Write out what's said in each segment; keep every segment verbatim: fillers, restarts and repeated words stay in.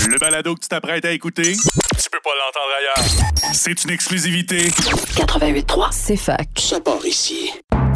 Le balado que tu t'apprêtes à écouter, tu peux pas l'entendre ailleurs. C'est une exclusivité. quatre-vingt-huit trois, c'est fac. Ça part ici.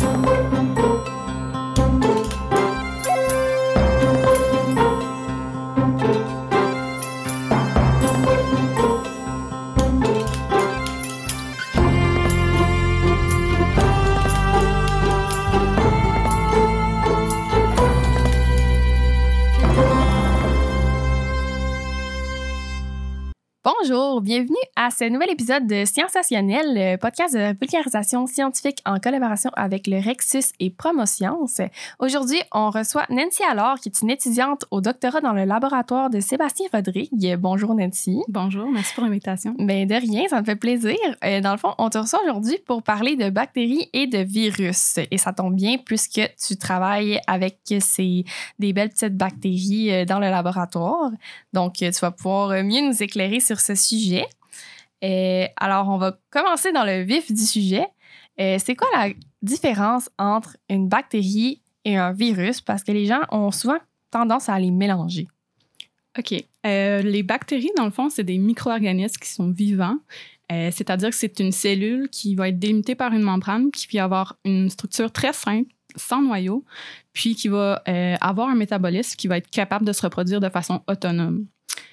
Bonjour, bienvenue à ce nouvel épisode de Sciencesationnel, le podcast de vulgarisation scientifique en collaboration avec le Rexus et Promosciences. Aujourd'hui, on reçoit Nancy Allard, qui est une étudiante au doctorat dans le laboratoire de Sébastien Rodrigue. Bonjour Nancy. Bonjour, merci pour l'invitation. Ben de rien, ça me fait plaisir. Euh, dans le fond, on te reçoit aujourd'hui pour parler de bactéries et de virus. Et ça tombe bien puisque tu travailles avec ces, des belles petites bactéries dans le laboratoire. Donc, tu vas pouvoir mieux nous éclairer sur ce sujet. Euh, alors, on va commencer dans le vif du sujet. Euh, c'est quoi la différence entre une bactérie et un virus? Parce que les gens ont souvent tendance à les mélanger. OK. Euh, les bactéries, dans le fond, c'est des micro-organismes qui sont vivants. Euh, c'est-à-dire que c'est une cellule qui va être délimitée par une membrane qui va avoir une structure très simple, sans noyau, puis qui va euh, avoir un métabolisme qui va être capable de se reproduire de façon autonome.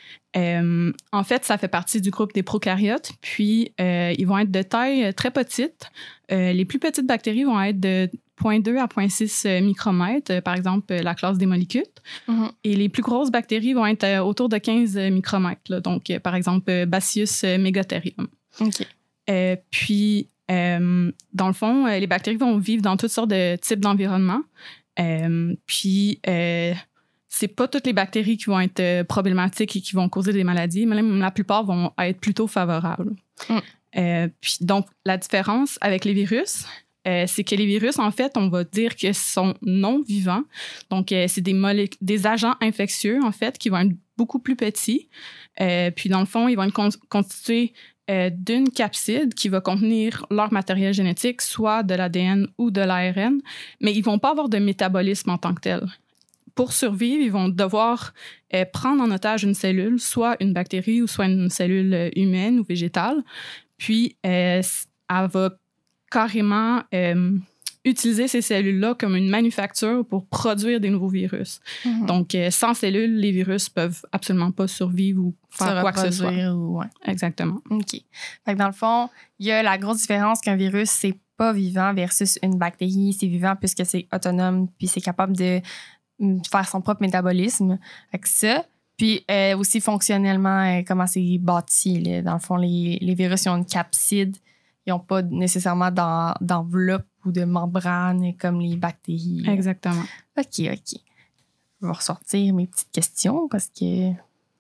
Euh, en fait, ça fait partie du groupe des prokaryotes, puis euh, ils vont être de taille très petite. Euh, les plus petites bactéries vont être de zéro virgule deux à zéro virgule six micromètres, euh, par exemple la classe des molécutes. Mm-hmm. Et les plus grosses bactéries vont être euh, autour de quinze micromètres, là, donc euh, par exemple euh, Bacillus megatherium. OK. Euh, puis, euh, dans le fond, euh, les bactéries vont vivre dans toutes sortes de types d'environnements. Euh, puis, euh, c'est pas toutes les bactéries qui vont être euh, problématiques et qui vont causer des maladies, mais même la plupart vont être plutôt favorables. Mm. Euh, puis donc, la différence avec les virus, euh, c'est que les virus, en fait, on va dire qu'ils sont non vivants. Donc, euh, c'est des, molé- des agents infectieux, en fait, qui vont être beaucoup plus petits. Euh, puis, dans le fond, ils vont être con- constitués euh, d'une capside qui va contenir leur matériel génétique, soit de l'A D N ou de l'A R N, mais ils vont pas avoir de métabolisme en tant que tel. Pour survivre, ils vont devoir euh, prendre en otage une cellule, soit une bactérie ou soit une cellule euh, humaine ou végétale. Puis, euh, elle va carrément euh, utiliser ces cellules-là comme une manufacture pour produire des nouveaux virus. Mm-hmm. Donc, euh, sans cellules, les virus peuvent absolument pas survivre ou faire quoi que ce soit. Ou, ouais. Exactement. OK. Fait que dans le fond, il y a la grosse différence qu'un virus, c'est pas vivant versus une bactérie, c'est vivant puisque c'est autonome puis c'est capable de faire son propre métabolisme avec ça. Puis euh, aussi fonctionnellement, euh, comment c'est bâti. Là. Dans le fond, les, les virus, ils ont une capside. Ils n'ont pas nécessairement dans, d'enveloppe ou de membrane comme les bactéries. Exactement. OK, OK. Je vais ressortir mes petites questions parce que...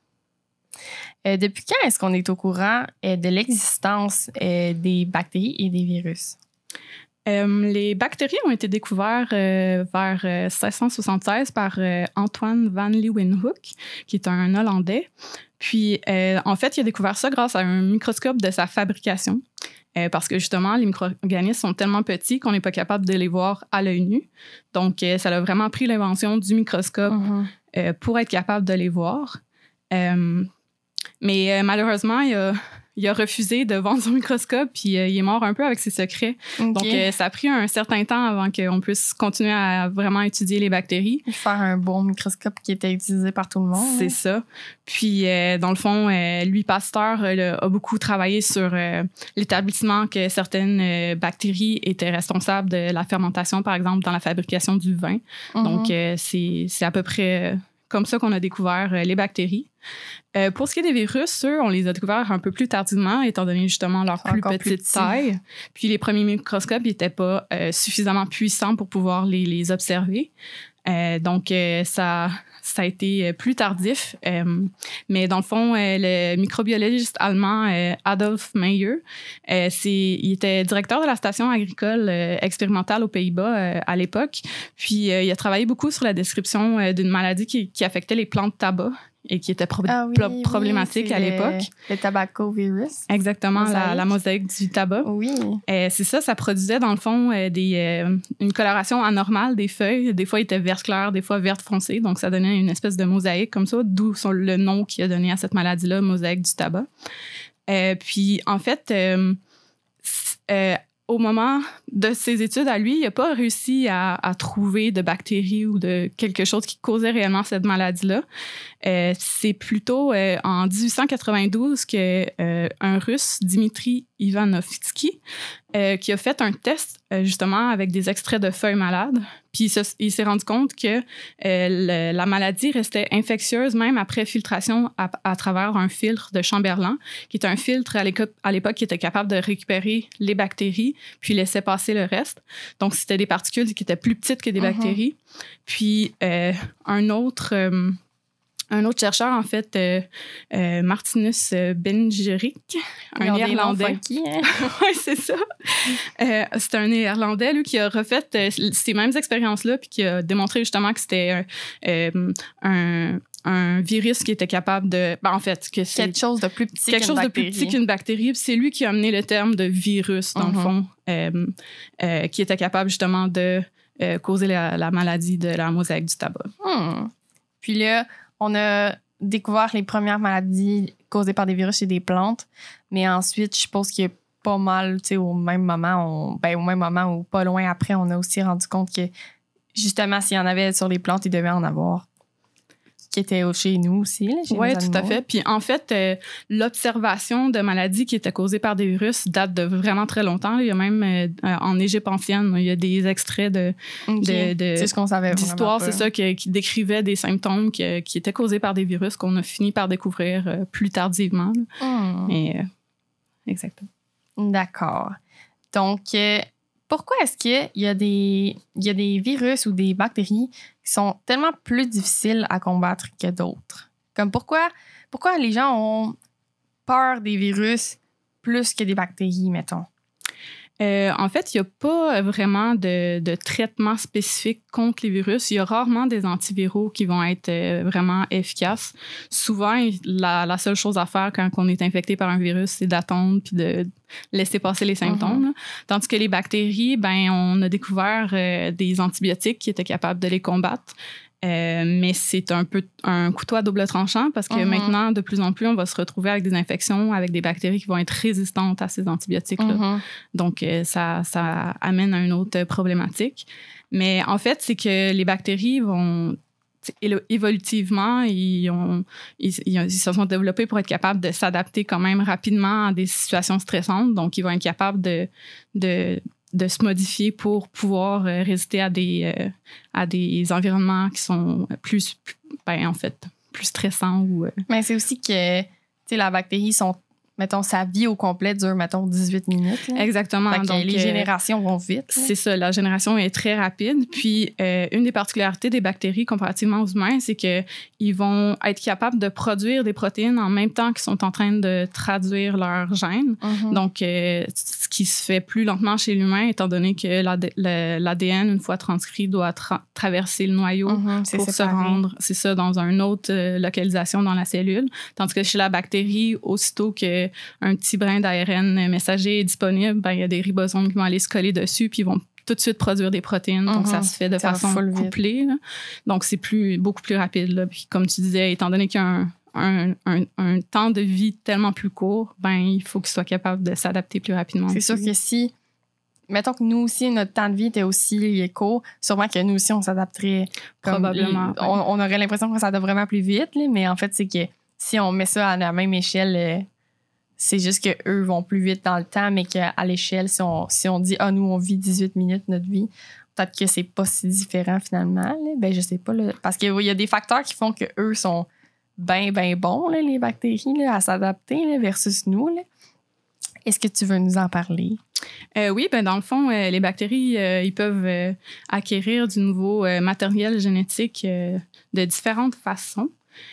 Euh, depuis quand est-ce qu'on est au courant euh, de l'existence euh, des bactéries et des virus? Euh, les bactéries ont été découvertes euh, vers euh, seize cent soixante-seize par euh, Antoine van Leeuwenhoek, qui est un Hollandais. Puis, euh, en fait, il a découvert ça grâce à un microscope de sa fabrication, euh, parce que justement, les micro-organismes sont tellement petits qu'on n'est pas capable de les voir à l'œil nu. Donc, euh, ça a vraiment pris l'invention du microscope mm-hmm. euh, pour être capable de les voir. Euh, mais euh, malheureusement, il a... Il a refusé de vendre son microscope, puis euh, il est mort un peu avec ses secrets. Okay. Donc, euh, ça a pris un certain temps avant qu'on puisse continuer à vraiment étudier les bactéries. Faire un bon microscope qui était utilisé par tout le monde. C'est ça. Puis, euh, dans le fond, euh, lui, Pasteur, euh, a beaucoup travaillé sur euh, l'établissement que certaines euh, bactéries étaient responsables de la fermentation, par exemple, dans la fabrication du vin. Mm-hmm. Donc, euh, c'est, c'est à peu près... Euh, comme ça qu'on a découvert euh, les bactéries. Euh, pour ce qui est des virus, eux, on les a découverts un peu plus tardivement, étant donné justement leur plus petite plus taille. Puis les premiers microscopes n'étaient pas euh, suffisamment puissants pour pouvoir les, les observer. Euh, donc, euh, ça, ça a été plus tardif. Euh, mais dans le fond, euh, le microbiologiste allemand euh, Adolf Meyer, euh, c'est, il était directeur de la station agricole euh, expérimentale aux Pays-Bas euh, à l'époque. Puis, euh, il a travaillé beaucoup sur la description euh, d'une maladie qui, qui affectait les plantes tabac. et qui était pro- Ah oui, pro- oui, problématique c'est à le- l'époque. Le tobacco virus. Exactement, la, Mosaïque. la mosaïque du tabac. Oui. Euh, c'est ça, ça produisait dans le fond euh, des, euh, une coloration anormale des feuilles. Des fois, ils étaient vert clair, des fois vert foncé. Donc, ça donnait une espèce de mosaïque comme ça, d'où son- le nom qui a donné à cette maladie-là, mosaïque du tabac. Euh, puis, en fait, euh, euh, au moment de ses études à lui, il n'a pas réussi à, à trouver de bactéries ou de quelque chose qui causait réellement cette maladie-là. Euh, c'est plutôt euh, en dix-huit cent quatre-vingt-douze que euh, un Russe, Dimitri Ivanovski, euh, qui a fait un test euh, justement avec des extraits de feuilles malades. Puis il, se- il s'est rendu compte que euh, le- la maladie restait infectieuse même après filtration à, à travers un filtre de Chamberlain, qui est un filtre à l'époque, à l'époque qui était capable de récupérer les bactéries puis laisser passer le reste. Donc c'était des particules qui étaient plus petites que des Mhm. bactéries. Puis euh, un autre... euh, Un autre chercheur, en fait, euh, euh, Martinus Benjeric, un Ils ont des noms Néerlandais. funky, hein? Oui, c'est ça. Euh, c'est un Néerlandais lui, qui a refait euh, ces mêmes expériences-là puis qui a démontré justement que c'était euh, un, un virus qui était capable de... Ben, en fait, que c'est Quelque chose de plus petit quelque qu'une chose de plus bactérie. petit qu'une bactérie. Puis c'est lui qui a amené le terme de virus, dans Mhm. le fond, euh, euh, qui était capable justement de euh, causer la, la maladie de la mosaïque du tabac. Hmm. Puis là, on a découvert les premières maladies causées par des virus chez des plantes, mais ensuite, je suppose qu'il y a pas mal, tu sais, au même moment, on, ben, au même moment ou pas loin après, on a aussi rendu compte que justement, s'il y en avait sur les plantes, il devait en avoir qui étaient chez nous aussi. Là, chez Oui, nos tout à animaux. fait. Puis en fait, euh, l'observation de maladies qui étaient causées par des virus date de vraiment très longtemps. Il y a même euh, en Égypte ancienne, il y a des extraits de, Ok. de, de- C'est ce qu'on savait d'histoire, vraiment c'est pas. ça, qui, qui décrivait des symptômes qui, qui étaient causés par des virus qu'on a fini par découvrir euh, plus tardivement. Hmm. Mais, euh, exactement. D'accord. Donc, euh, pourquoi est-ce qu'il y a des, il y a des virus ou des bactéries qui sont tellement plus difficiles à combattre que d'autres? Comme pourquoi, pourquoi les gens ont peur des virus plus que des bactéries, mettons? Euh, en fait, il n'y a pas vraiment de, de traitement spécifique contre les virus. Il y a rarement des antiviraux qui vont être euh, vraiment efficaces. Souvent, la, la seule chose à faire quand on est infecté par un virus, c'est d'attendre puis de laisser passer les symptômes. Mm-hmm. Tandis que les bactéries, ben, on a découvert euh, des antibiotiques qui étaient capables de les combattre. Euh, mais c'est un peu un couteau à double tranchant parce que Mm-hmm. maintenant, de plus en plus, on va se retrouver avec des infections, avec des bactéries qui vont être résistantes à ces antibiotiques-là. Mm-hmm. Donc, euh, ça, ça amène à une autre problématique. Mais en fait, c'est que les bactéries vont, élo- évolutivement, ils, ont, ils, ils, ils se sont développés pour être capables de s'adapter quand même rapidement à des situations stressantes. Donc, ils vont être capables de, de, de se modifier pour pouvoir euh, résister à des, euh, à des environnements qui sont plus, plus ben, en fait, plus stressants. Ou, euh, Mais c'est aussi que, tu sais, la bactérie, son, mettons, sa vie au complet dure, mettons, dix-huit minutes. Là. exactement. Fait que Donc, les euh, générations vont vite. là. C'est ça, la génération est très rapide. Puis, euh, une des particularités des bactéries comparativement aux humains, c'est qu'ils vont être capables de produire des protéines en même temps qu'ils sont en train de traduire leurs gènes. Mhm. Donc, euh, ce qui se fait plus lentement chez l'humain, étant donné que l'A D N, une fois transcrit, doit tra- traverser le noyau Mhm, c'est pour se séparé. rendre, c'est ça, dans une autre euh, localisation dans la cellule. Tandis que chez la bactérie, aussitôt qu'un petit brin d'A R N messager est disponible, ben, il y a des ribosomes qui vont aller se coller dessus puis ils vont tout de suite produire des protéines. Donc, Mhm. ça se fait de Ça va façon full vite. couplée. Là. Donc, c'est plus, beaucoup plus rapide. Là. Puis, comme tu disais, étant donné qu'il y a un, un, un, un temps de vie tellement plus court, ben, il faut qu'il soit capable de s'adapter plus rapidement. C'est sûr que si, mettons que nous aussi, notre temps de vie était aussi court, sûrement que nous aussi, on s'adapterait. comme- Probablement, On, on aurait l'impression que ça s'adapte vraiment plus vite, là, mais en fait, c'est que si on met ça à la même échelle, euh, c'est juste qu'eux vont plus vite dans le temps, mais qu'à l'échelle, si on, si on dit, ah, nous, on vit dix-huit minutes notre vie, peut-être que c'est pas si différent finalement. Là. Ben, je sais pas. Là, parce qu'il y a des facteurs qui font qu'eux sont bien, bien bons, là, les bactéries, là, à s'adapter là, versus nous. Là. Est-ce que tu veux nous en parler? Euh, oui, ben dans le fond, euh, les bactéries, euh, ils peuvent euh, acquérir du nouveau euh, matériel génétique euh, de différentes façons.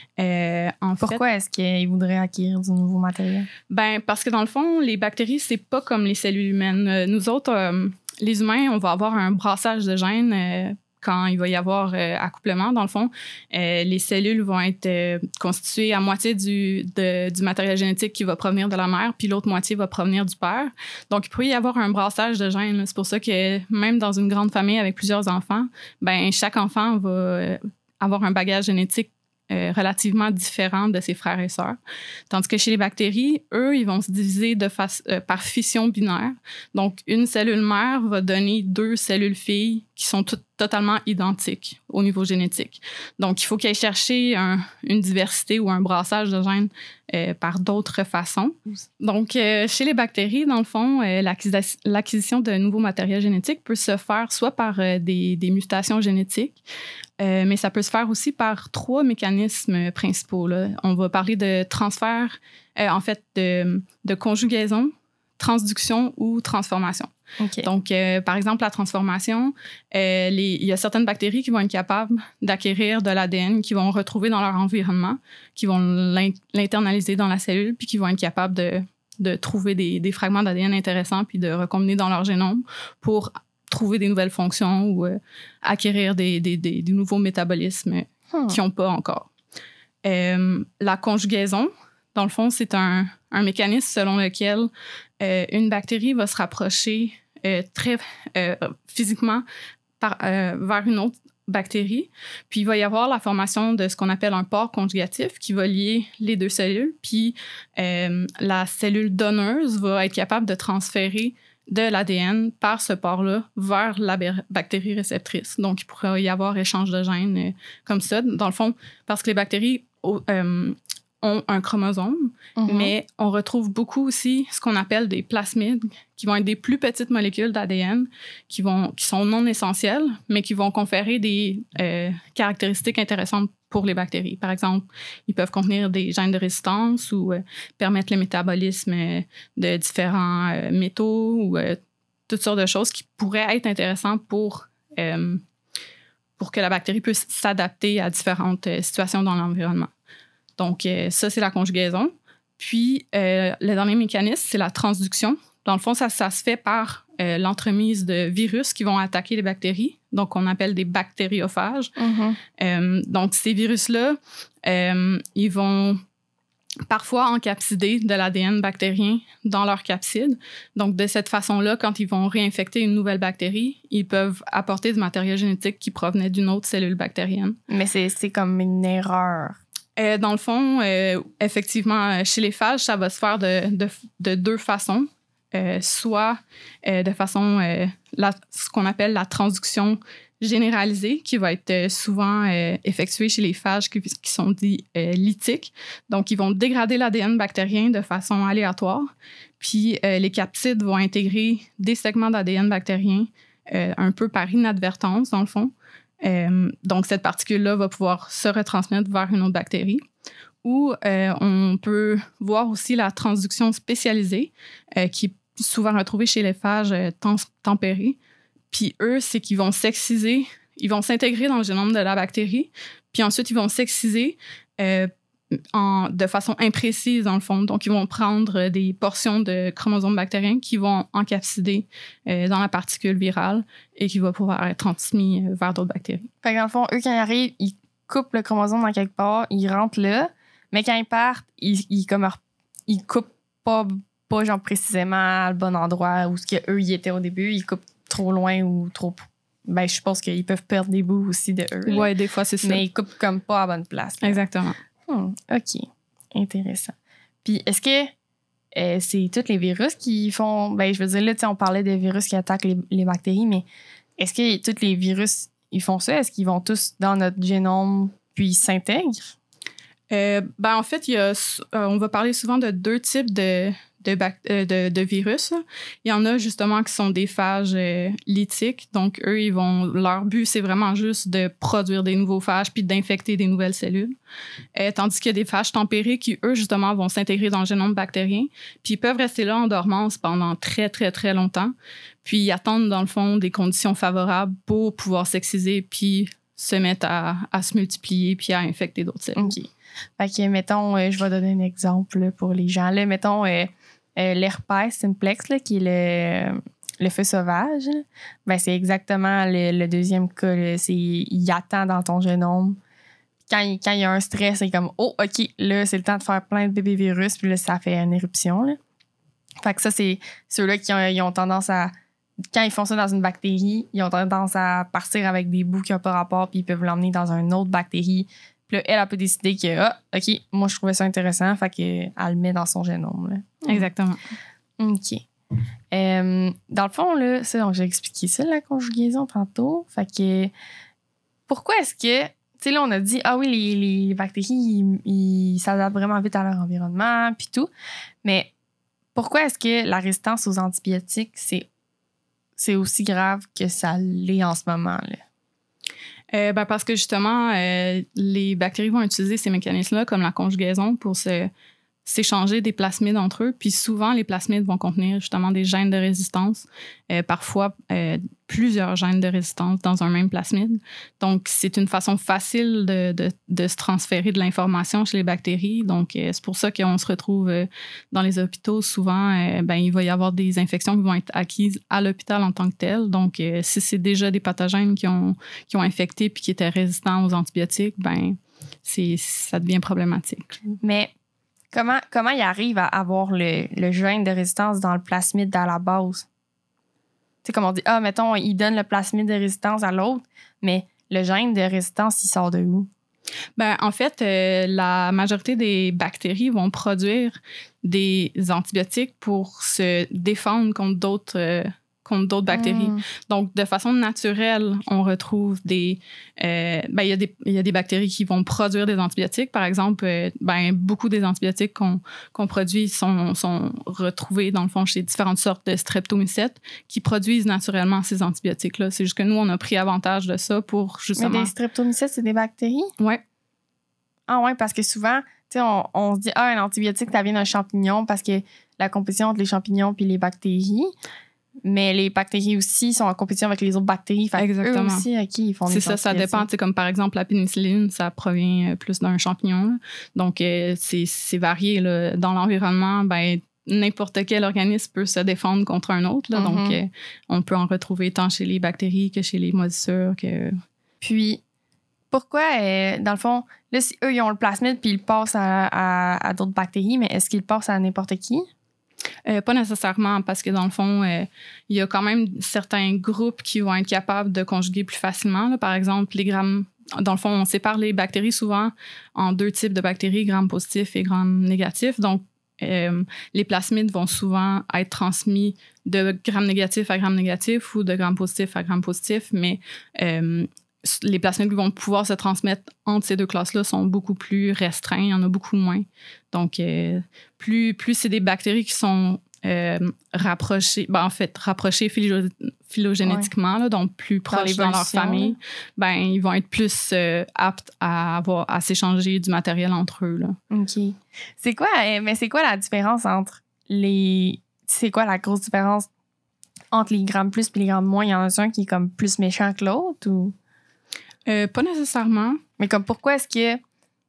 Euh, en Pourquoi est-ce qu'ils voudraient acquérir du nouveau matériel? Ben, parce que dans le fond, les bactéries, c'est pas comme les cellules humaines. Euh, nous autres, euh, les humains, on va avoir un brassage de gènes euh, quand il va y avoir euh, accouplement, dans le fond, euh, les cellules vont être euh, constituées à moitié du, de, du matériel génétique qui va provenir de la mère, puis l'autre moitié va provenir du père. Donc, il peut y avoir un brassage de gènes. Là. C'est pour ça que même dans une grande famille avec plusieurs enfants, ben chaque enfant va euh, avoir un bagage génétique Euh, relativement différent de ses frères et sœurs. Tandis que chez les bactéries, eux, ils vont se diviser de face, euh, par fission binaire. Donc, une cellule mère va donner deux cellules filles qui sont toutes totalement identiques au niveau génétique. Donc, il faut qu'ils aillent chercher un, une diversité ou un brassage de gènes euh, par d'autres façons. Donc, euh, chez les bactéries, dans le fond, euh, l'acquis- l'acquisition de nouveaux matériels génétiques peut se faire soit par euh, des, des mutations génétiques, Euh, mais ça peut se faire aussi par trois mécanismes principaux. Là. On va parler de transfert, euh, en fait, de, de conjugaison, transduction ou transformation. Okay. Donc, euh, par exemple, la transformation, euh, les, il y a certaines bactéries qui vont être capables d'acquérir de l'A D N qu'ils vont retrouver dans leur environnement, qui vont l'in- l'internaliser dans la cellule, puis qui vont être capables de, de trouver des, des fragments d'A D N intéressants, puis de recombiner dans leur génome pour trouver des nouvelles fonctions ou euh, acquérir des, des, des, des nouveaux métabolismes hmm. qu'ils n'ont pas encore. Euh, la conjugaison, dans le fond, c'est un, un mécanisme selon lequel euh, une bactérie va se rapprocher euh, très euh, physiquement par, euh, vers une autre bactérie. Puis, il va y avoir la formation de ce qu'on appelle un pore conjugatif qui va lier les deux cellules. Puis, euh, la cellule donneuse va être capable de transférer de l'A D N par ce pore-là vers la bactérie réceptrice. Donc, il pourrait y avoir échange de gènes euh, comme ça. Dans le fond, parce que les bactéries euh, ont un chromosome, mm-hmm. mais on retrouve beaucoup aussi ce qu'on appelle des plasmides, qui vont être des plus petites molécules d'A D N qui, vont, qui sont non essentielles, mais qui vont conférer des euh, caractéristiques intéressantes pour les bactéries. Par exemple, ils peuvent contenir des gènes de résistance ou euh, permettre le métabolisme euh, de différents euh, métaux ou euh, toutes sortes de choses qui pourraient être intéressantes pour, euh, pour que la bactérie puisse s'adapter à différentes euh, situations dans l'environnement. Donc, euh, ça, c'est la conjugaison. Puis, euh, le dernier mécanisme, c'est la transduction. Dans le fond, ça, ça se fait par euh, l'entremise de virus qui vont attaquer les bactéries, donc on appelle des bactériophages. Mm-hmm. Euh, donc, ces virus-là, euh, ils vont parfois encapsider de l'A D N bactérien dans leur capside. Donc, de cette façon-là, quand ils vont réinfecter une nouvelle bactérie, ils peuvent apporter du matériel génétique qui provenait d'une autre cellule bactérienne. Mais c'est, c'est comme une erreur. Euh, dans le fond, euh, effectivement, chez les phages, ça va se faire de, de, de deux façons. Euh, soit euh, de façon, euh, la, ce qu'on appelle la transduction généralisée, qui va être euh, souvent euh, effectuée chez les phages qui, qui sont dits euh, lytiques. Donc, ils vont dégrader l'A D N bactérien de façon aléatoire. Puis, euh, les capsides vont intégrer des segments d'A D N bactérien euh, un peu par inadvertance, dans le fond. Euh, donc, cette particule-là va pouvoir se retransmettre vers une autre bactérie. Ou euh, on peut voir aussi la transduction spécialisée, euh, qui est souvent retrouvée chez les phages euh, tempérés. Puis eux, c'est qu'ils vont s'exciser, ils vont s'intégrer dans le génome de la bactérie, puis ensuite, ils vont s'exciser euh, en, de façon imprécise, dans le fond. Donc, ils vont prendre des portions de chromosomes bactériens qui vont encapsider euh, dans la particule virale et qui va pouvoir être transmis vers d'autres bactéries. Fait que dans le fond, eux, quand ils arrivent, ils coupent le chromosome dans quelque part, ils rentrent là, mais quand ils partent, ils, ils, comme, ils coupent pas, pas genre précisément le bon endroit où ce qu'eux, ils étaient au début. Ils coupent trop loin ou trop... Ben, je suppose qu'ils peuvent perdre des bouts aussi de eux. Oui, des fois, c'est ça. Mais ils coupent comme pas à bonne place. Là. Exactement. Hmm, OK. Intéressant. Puis, est-ce que euh, c'est tous les virus qui font... Ben, je veux dire, là, tu sais, on parlait des virus qui attaquent les, les bactéries, mais est-ce que tous les virus, ils font ça? Est-ce qu'ils vont tous dans notre génome puis s'intègrent? Euh, ben, en fait, il y a, euh, on va parler souvent de deux types de, de, bac- de, de virus. Il y en a justement qui sont des phages euh, lytiques. Donc, eux, ils vont, leur but, c'est vraiment juste de produire des nouveaux phages puis d'infecter des nouvelles cellules. Euh, tandis qu'il y a des phages tempérés qui, eux, justement, vont s'intégrer dans le génome bactérien. Puis, ils peuvent rester là en dormance pendant très, très, très longtemps. Puis, ils attendent, dans le fond, des conditions favorables pour pouvoir s'exciser puis se mettre à, à se multiplier puis à infecter d'autres cellules. OK. Fait que, mettons, euh, je vais donner un exemple là, pour les gens. Là, mettons, euh, euh, l'herpès simplex, là, qui est le, le feu sauvage, là, ben c'est exactement le, le deuxième cas. Là. C'est, il attend dans ton génome. Quand il, quand il y a un stress, c'est comme « Oh, OK, là, c'est le temps de faire plein de bébés virus. » Puis là, ça fait une éruption. Là. Fait que ça, c'est ceux-là qui ont, ils ont tendance à... Quand ils font ça dans une bactérie, ils ont tendance à partir avec des bouts qui n'ont pas rapport, puis ils peuvent l'emmener dans une autre bactérie. Puis là, elle, elle peut décider que, ah, OK, moi, je trouvais ça intéressant, fait qu'elle le met dans son génome. Là. Exactement. OK. Euh, dans le fond, là, ça, donc, j'ai expliqué ça, la conjugaison, tantôt. Fait que, pourquoi est-ce que, tu sais, là, on a dit, ah oui, les, les bactéries, ils, ils s'adaptent vraiment vite à leur environnement, puis tout. Mais pourquoi est-ce que la résistance aux antibiotiques, c'est c'est aussi grave que ça l'est en ce moment, là? Euh, ben parce que justement, euh, les bactéries vont utiliser ces mécanismes-là, comme la conjugaison, pour se, s'échanger des plasmides entre eux. Puis souvent, les plasmides vont contenir justement des gènes de résistance, euh, parfois euh, plusieurs gènes de résistance dans un même plasmide. Donc, c'est une façon facile de, de, de se transférer de l'information chez les bactéries. Donc, euh, c'est pour ça qu'on se retrouve euh, dans les hôpitaux. Souvent, euh, ben, il va y avoir des infections qui vont être acquises à l'hôpital en tant que tel. Donc, euh, si c'est déjà des pathogènes qui ont, qui ont infecté puis qui étaient résistants aux antibiotiques, ben, c'est, ça devient problématique. Mais comment, comment il arrive à avoir le, le gène de résistance dans le plasmide à la base? Tu sais, comme on dit, ah, mettons, il donne le plasmide de résistance à l'autre, mais le gène de résistance, il sort de où? Ben, en fait, euh, la majorité des bactéries vont produire des antibiotiques pour se défendre contre d'autres, euh, contre d'autres bactéries. Mm. Donc, de façon naturelle, on retrouve des... Euh, ben, il y a des, il y a des bactéries qui vont produire des antibiotiques. Par exemple, euh, ben, beaucoup des antibiotiques qu'on, qu'on produit sont, sont retrouvés, dans le fond, chez différentes sortes de streptomycètes qui produisent naturellement ces antibiotiques-là. C'est juste que nous, on a pris avantage de ça pour justement... Mais des streptomycètes, c'est des bactéries? Ouais. Ah ouais, parce que souvent, tu sais, on, on se dit, ah, un antibiotique, ça vient d'un champignon parce que la compétition entre les champignons puis les bactéries... Mais les bactéries aussi sont en compétition avec les autres bactéries. Fait Exactement. Eux aussi, OK, ils font des C'est ça, ça dépend. Tu sais, comme par exemple, la pénicilline, ça provient plus d'un champignon. Là. Donc, euh, c'est, c'est varié. Là. Dans l'environnement, ben, n'importe quel organisme peut se défendre contre un autre. Là. Mm-hmm. Donc, euh, on peut en retrouver tant chez les bactéries que chez les moisissures. Que... Puis, pourquoi, euh, dans le fond, là, si eux, ils ont le plasmide puis ils le passent à, à, à d'autres bactéries, mais est-ce qu'ils le passent à n'importe qui? Euh, pas nécessairement, parce que dans le fond, euh, il y a quand même certains groupes qui vont être capables de conjuguer plus facilement. Là. Par exemple, les grammes... Dans le fond, on sépare les bactéries souvent en deux types de bactéries, grammes positifs et grammes négatifs. Donc, euh, les plasmides vont souvent être transmis de grammes négatifs à grammes négatifs ou de grammes positifs à grammes positifs, mais euh, les plasmides qui vont pouvoir se transmettre entre ces deux classes-là sont beaucoup plus restreints. Il y en a beaucoup moins. Donc, euh, plus, plus c'est des bactéries qui sont euh, rapprochées, ben, en fait, rapprochées philo- phylogénétiquement, ouais. là, donc plus proches dans, dans leur famille, ben, ils vont être plus euh, aptes à, avoir, à s'échanger du matériel entre eux. Là. OK. C'est quoi, mais c'est quoi la différence entre les... C'est quoi la grosse différence entre les grammes plus et les grammes moins? Il y en a un qui est comme plus méchant que l'autre ou... Euh, pas nécessairement. Mais comme pourquoi est-ce que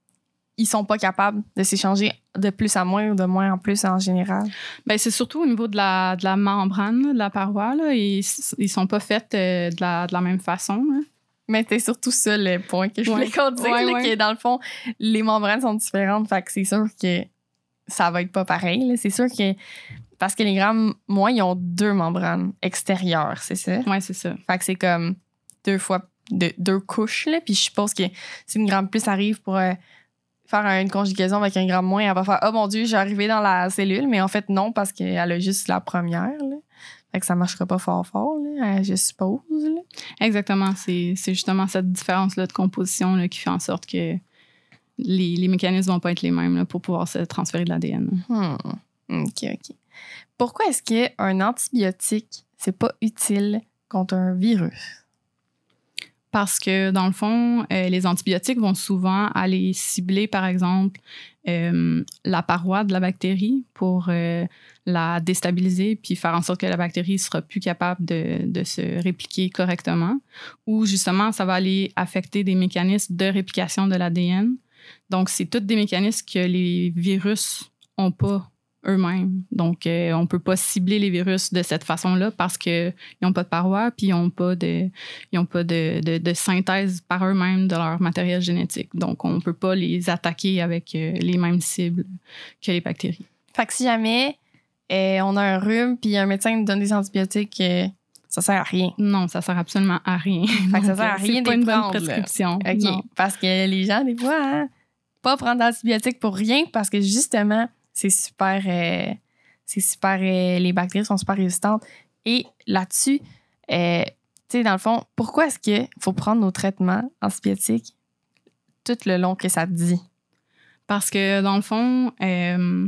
ils sont pas capables de s'échanger de plus à moins ou de moins en plus en général? Ben, c'est surtout au niveau de la, de la membrane, là, de la paroi. Là, ils, ils sont pas faits euh, de, la, de la même façon. Là. Mais c'est surtout ça le point que je voulais ouais. qu'on dise, ouais, là, ouais. que dans le fond, les membranes sont différentes. Fait que c'est sûr que ça va être pas pareil. Là. C'est sûr que... Parce que les grammes moins, ils ont deux membranes extérieures, c'est ça? Oui, c'est ça. Fait que c'est comme deux fois... de deux couches, là. Puis je suppose que si une gramme plus arrive pour euh, faire une conjugaison avec un gramme moins, elle va faire « Oh mon Dieu, j'ai arrivé dans la cellule », mais en fait, non, parce qu'elle a juste la première, là. Fait que ça marchera pas fort fort, là, je suppose, là. Exactement. C'est, c'est justement cette différence-là de composition là, qui fait en sorte que les, les mécanismes vont pas être les mêmes là, pour pouvoir se transférer de l'A D N. Hmm. OK, OK. Pourquoi est-ce qu'un antibiotique, c'est pas utile contre un virus? Parce que, dans le fond, euh, les antibiotiques vont souvent aller cibler, par exemple, euh, la paroi de la bactérie pour euh, la déstabiliser puis faire en sorte que la bactérie ne sera plus capable de, de se répliquer correctement. Ou, justement, ça va aller affecter des mécanismes de réplication de l'A D N. Donc, c'est tous des mécanismes que les virus n'ont pas eux-mêmes. Donc, euh, on ne peut pas cibler les virus de cette façon-là parce qu'ils n'ont pas de parois puis ils n'ont pas, de, ils ont pas de, de, de synthèse par eux-mêmes de leur matériel génétique. Donc, on ne peut pas les attaquer avec euh, les mêmes cibles que les bactéries. Fait que si jamais euh, on a un rhume puis un médecin nous donne des antibiotiques, euh, ça sert à rien. Non, ça sert absolument à rien. Fait que ça sert à rien de de les bonne prendre. prescription. OK. Non. Parce que les gens, des fois, hein, pas prendre d'antibiotiques pour rien parce que justement, c'est super. Euh, c'est super. Euh, les bactéries sont super résistantes. Et là-dessus, euh, tu sais, dans le fond, pourquoi est-ce qu'il faut prendre nos traitements antibiotiques tout le long que ça te dit? Parce que, dans le fond, euh,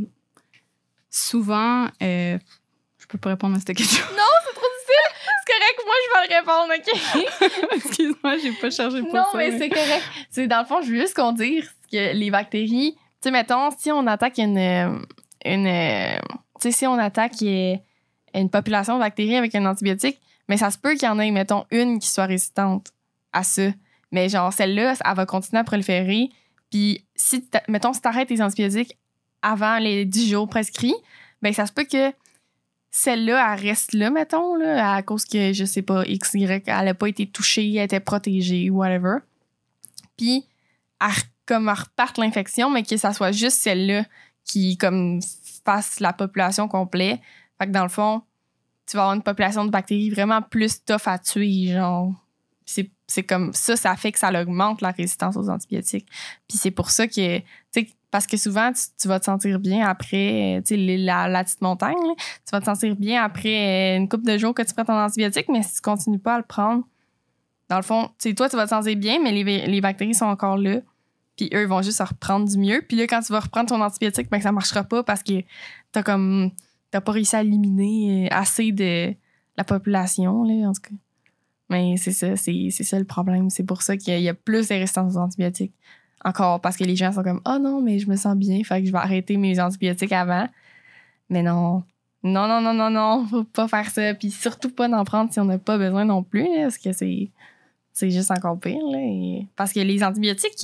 souvent, euh, je peux pas répondre à cette question. Non, c'est trop difficile. C'est correct, moi, je vais le répondre, OK? Excuse-moi, j'ai pas chargé pour non, ça. mais c'est correct. C'est, dans le fond, je veux juste qu'on dise que les bactéries, tu sais, mettons, si on attaque une. une tu sais, si on attaque une population de bactéries avec un antibiotique, mais ça se peut qu'il y en ait, mettons, une qui soit résistante à ça. Mais genre, celle-là, elle va continuer à proliférer. Puis, si, mettons, si t'arrêtes tes antibiotiques avant les dix jours prescrits, ben ça se peut que celle-là, elle reste là, mettons, là, à cause que, je sais pas, X, Y, elle n'a pas été touchée, elle était protégée, whatever. Puis, elle, comme elle reparte l'infection, mais que ça soit juste celle-là qui, comme, fasse la population complète. Fait que dans le fond, tu vas avoir une population de bactéries vraiment plus tough à tuer, genre. C'est, c'est comme ça, ça fait que ça augmente la résistance aux antibiotiques. Puis c'est pour ça que, tu sais, parce que souvent, tu, tu vas te sentir bien après, tu sais, la, la petite montagne, là, tu vas te sentir bien après une couple de jours que tu prends ton antibiotique, mais si tu continues pas à le prendre, dans le fond, tu sais, toi, tu vas te sentir bien, mais les, les bactéries sont encore là. Puis eux, ils vont juste se reprendre du mieux. Puis là, quand tu vas reprendre ton antibiotique, ben ça marchera pas parce que t'as comme, t'as pas réussi à éliminer assez de la population, là, en tout cas. Mais c'est ça, c'est, c'est ça le problème. C'est pour ça qu'il y a, il y a plus de résistance aux antibiotiques. Encore parce que les gens sont comme « Ah oh non, mais je me sens bien, fait que je vais arrêter mes antibiotiques avant. » Mais non. Non, non, non, non, non, faut pas faire ça. Puis surtout pas d'en prendre si on n'a pas besoin non plus, là, parce que c'est, c'est juste encore pire. Là, et... Parce que les antibiotiques,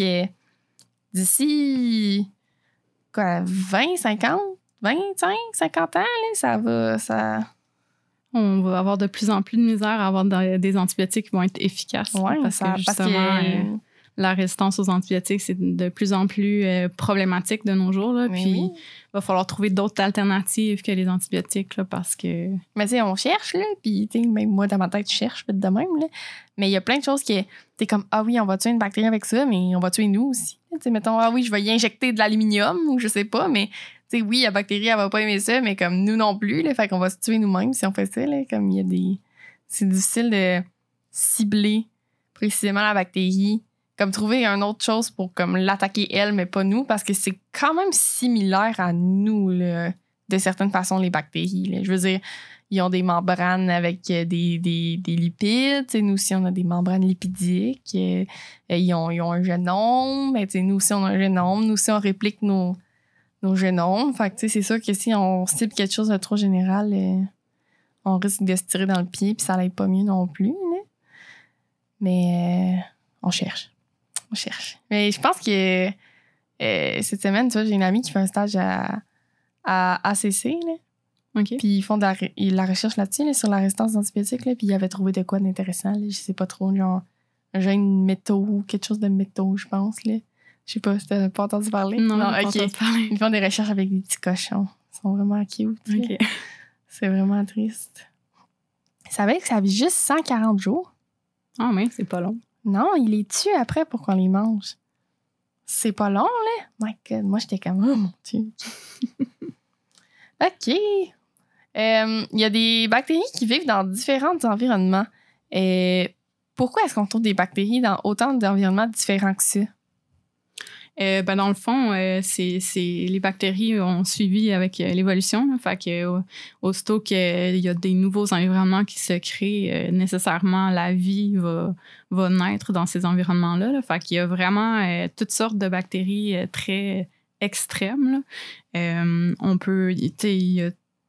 d'ici quoi, vingt, cinquante, vingt-cinq, cinquante ans, là, ça va... Ça... On va avoir de plus en plus de misère à avoir des antibiotiques qui vont être efficaces. Ouais, parce ça, que justement, parce que... euh, la résistance aux antibiotiques, c'est de plus en plus euh, problématique de nos jours. Là, puis, il oui. va falloir trouver d'autres alternatives que les antibiotiques là, parce que... Mais tu sais, on cherche, là, puis tu sais, même moi, dans ma tête, je cherche vite de même, là. Mais il y a plein de choses qui... T'es comme, ah oui, on va tuer une bactérie avec ça, mais on va tuer nous aussi. Tu sais, mettons, ah oui, je vais y injecter de l'aluminium ou je sais pas, mais... Tu sais, oui, la bactérie, elle va pas aimer ça, mais comme nous non plus, là, fait qu'on va se tuer nous-mêmes si on fait ça, là, comme il y a des... C'est difficile de cibler précisément la bactérie, comme trouver une autre chose pour comme l'attaquer elle, mais pas nous, parce que c'est quand même similaire à nous, là, de certaines façons, les bactéries, là. Je veux dire, ils ont des membranes avec des, des, des lipides, tu sais, nous aussi, on a des membranes lipidiques, euh, ils, ont, ils ont un génome, mais tu sais, nous aussi, on a un génome, nous aussi, on réplique nos... nos génomes. Fait que, tu sais, c'est sûr que si on cible quelque chose de trop général, euh, on risque de se tirer dans le pied puis ça n'aille pas mieux non plus. Là. Mais euh, on cherche. On cherche. Mais je pense que euh, cette semaine, tu vois, j'ai une amie qui fait un stage à, à A C C, là. Okay. Puis ils font de la, de la recherche là-dessus, là, sur la résistance aux antibiotiques, là, puis ils avaient trouvé de quoi d'intéressant, là, je sais pas trop, genre un gène métaux ou quelque chose de métaux, je pense, là. Je sais pas si t'as pas entendu parler. Non, non j'ai pas ok. entendu parler. Ils font des recherches avec des petits cochons. Ils sont vraiment cute. Okay. C'est vraiment triste. Tu savais que ça vit juste cent quarante jours? Ah, mais c'est pas long. Non, il les tue après pour qu'on les mange. C'est pas long, là? My God, moi, j'étais comme, oh mon Dieu. OK. Il euh, y a des bactéries qui vivent dans différents environnements. Et pourquoi est-ce qu'on trouve des bactéries dans autant d'environnements différents que ça? Euh, ben dans le fond, euh, c'est, c'est, les bactéries ont suivi avec euh, l'évolution. Là, fait que, euh, aussitôt qu'il y a des nouveaux environnements qui se créent, euh, nécessairement, la vie va, va naître dans ces environnements-là. Là. Fait qu'il y a vraiment euh, toutes sortes de bactéries euh, très extrêmes. Là. Euh, on peut... Tu sais, il y a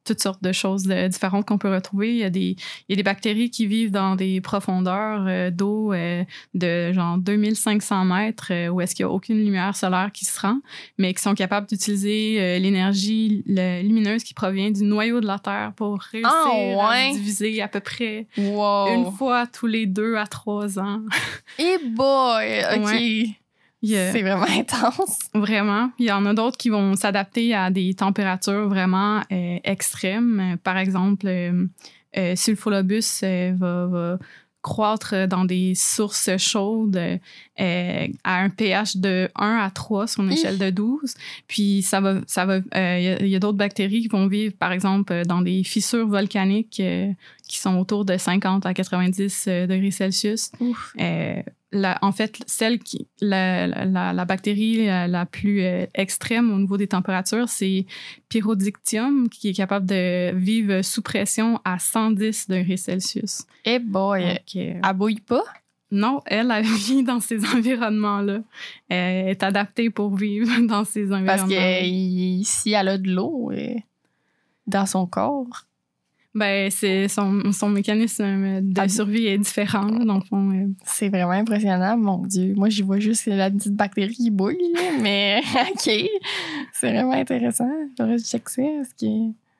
toutes sortes de choses de, différentes qu'on peut retrouver. Il y a des, il y a des bactéries qui vivent dans des profondeurs euh, d'eau euh, de genre deux mille cinq cents mètres euh, où est-ce qu'il n'y a aucune lumière solaire qui se rend, mais qui sont capables d'utiliser euh, l'énergie le, lumineuse qui provient du noyau de la Terre pour réussir oh, ouais. à se diviser à peu près wow. une fois tous les deux à trois ans. Eh boy! OK. Ouais. Yeah. C'est vraiment intense. Vraiment. Il y en a d'autres qui vont s'adapter à des températures vraiment euh, extrêmes. Par exemple, euh, euh, Sulfolobus euh, va, va croître dans des sources chaudes euh, à un pH de un à trois sur une échelle de douze. Puis ça va, ça va, euh, il y a, il y a d'autres bactéries qui vont vivre, par exemple, dans des fissures volcaniques euh, qui sont autour de cinquante à quatre-vingt-dix degrés Celsius. Ouf. Euh, La, en fait, celle qui, la, la, la bactérie la, la plus euh, extrême au niveau des températures, c'est Pyrodictium, qui est capable de vivre sous pression à cent dix degrés Celsius. Eh boy! Donc, euh, elle bouille pas? Non, elle, elle vit dans ces environnements-là. Elle est adaptée pour vivre dans ces environnements. Parce que ici, elle a de l'eau euh, dans son corps. Ben, c'est son, son mécanisme de survie est différent, là, dans le fond. Euh. C'est vraiment impressionnant, mon Dieu. Moi, j'y vois juste la petite bactérie qui bouille, là, mais OK. C'est vraiment intéressant. Il faudrait que je check ça. Parce que...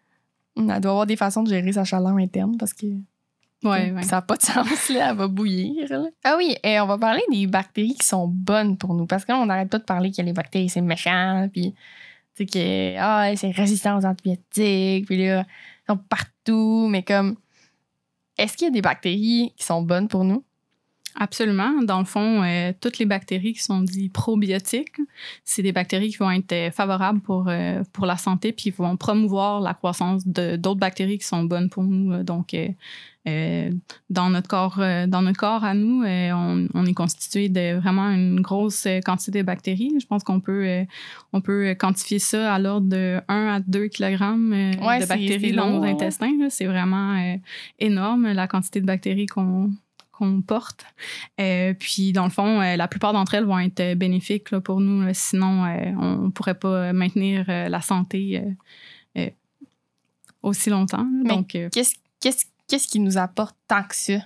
Elle doit avoir des façons de gérer sa chaleur interne parce que ouais, ouais. ça n'a pas de sens, là. Elle va bouillir. Là. Ah oui, et on va parler des bactéries qui sont bonnes pour nous. Parce que là, on n'arrête pas de parler que les bactéries, c'est méchant, puis tu sais que ah, c'est résistant aux antibiotiques, puis là, ils sont partout. Mais comme, est-ce qu'il y a des bactéries qui sont bonnes pour nous? Absolument. Dans le fond, euh, toutes les bactéries qui sont dites probiotiques, c'est des bactéries qui vont être favorables pour, euh, pour la santé puis qui vont promouvoir la croissance de, d'autres bactéries qui sont bonnes pour nous. Donc, euh, euh, dans, notre corps, euh, dans notre corps à nous, euh, on, on est constitué de vraiment une grosse quantité de bactéries. Je pense qu'on peut, euh, on peut quantifier ça à l'ordre de un à deux kilogrammes euh, ouais, de bactéries c'est, c'est dans long, nos intestins. Là. C'est vraiment euh, énorme, la quantité de bactéries qu'on qu'on porte. Euh, puis, dans le fond, euh, la plupart d'entre elles vont être bénéfiques là, pour nous. Là, sinon, euh, on ne pourrait pas maintenir euh, la santé euh, euh, aussi longtemps. Mais donc, euh, qu'est-ce, qu'est-ce, qu'est-ce qui nous apporte tant que ça?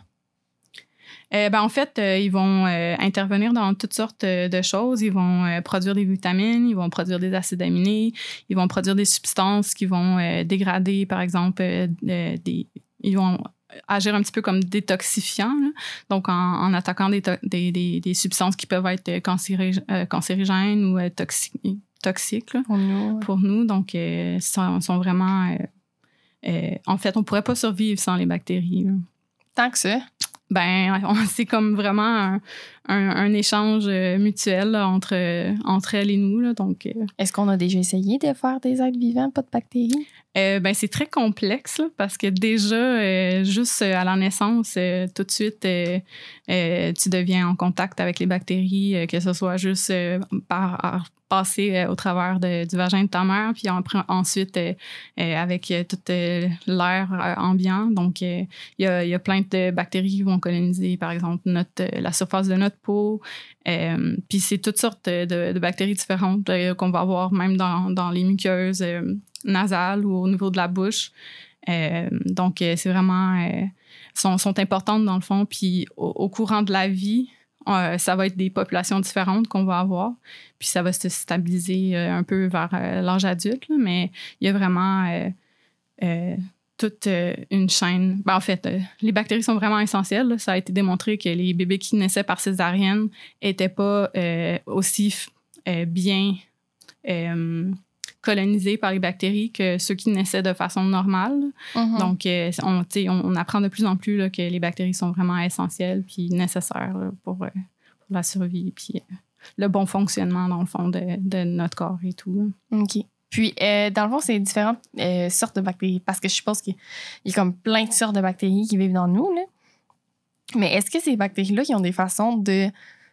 Euh, ben, en fait, euh, ils vont euh, intervenir dans toutes sortes euh, de choses. Ils vont euh, produire des vitamines, ils vont produire des acides aminés, ils vont produire des substances qui vont euh, dégrader, par exemple, euh, des... Ils vont agir un petit peu comme détoxifiant, là. Donc en, en attaquant des, to- des, des, des substances qui peuvent être cancérég- euh, cancérigènes ou euh, toxi- toxiques là, pour nous. Pour nous. Donc, ils euh, sont, sont vraiment... Euh, euh, en fait, on ne pourrait pas survivre sans les bactéries. Là. Tant que ça? Ben, on, c'est comme vraiment un, un, un échange mutuel là, entre, entre elles et nous. Là, donc, euh, est-ce qu'on a déjà essayé de faire des êtres vivants, pas de bactéries? Euh, ben, c'est très complexe là, parce que déjà, euh, juste à la naissance, euh, tout de suite, euh, euh, tu deviens en contact avec les bactéries, euh, que ce soit juste euh, par, par passer euh, au travers de, du vagin de ta mère, puis après, ensuite euh, euh, avec euh, tout euh, l'air euh, ambiant. Donc, il euh, y, a, y a plein de bactéries qui vont coloniser, par exemple, notre, la surface de notre peau. Euh, puis c'est toutes sortes de, de bactéries différentes euh, qu'on va avoir même dans, dans les muqueuses euh, nasales ou au niveau de la bouche. Euh, donc, euh, c'est vraiment... Euh, sont, sont importantes dans le fond. Puis au, au courant de la vie, euh, ça va être des populations différentes qu'on va avoir. Puis ça va se stabiliser euh, un peu vers euh, l'âge adulte. Là, mais il y a vraiment... Euh, euh, toute euh, une chaîne. Ben, en fait, euh, les bactéries sont vraiment essentielles. Là. Ça a été démontré que les bébés qui naissaient par césarienne n'étaient pas euh, aussi euh, bien euh, colonisés par les bactéries que ceux qui naissaient de façon normale. Mm-hmm. Donc, euh, on, on, on apprend de plus en plus là, que les bactéries sont vraiment essentielles puis nécessaires là, pour, euh, pour la survie puis euh, le bon fonctionnement, dans le fond, de, de notre corps et tout. Là. OK. Puis, euh, dans le fond, c'est différentes euh, sortes de bactéries. Parce que je suppose qu'il y a comme plein de sortes de bactéries qui vivent dans nous, là. Mais est-ce que ces bactéries-là qui ont des façons de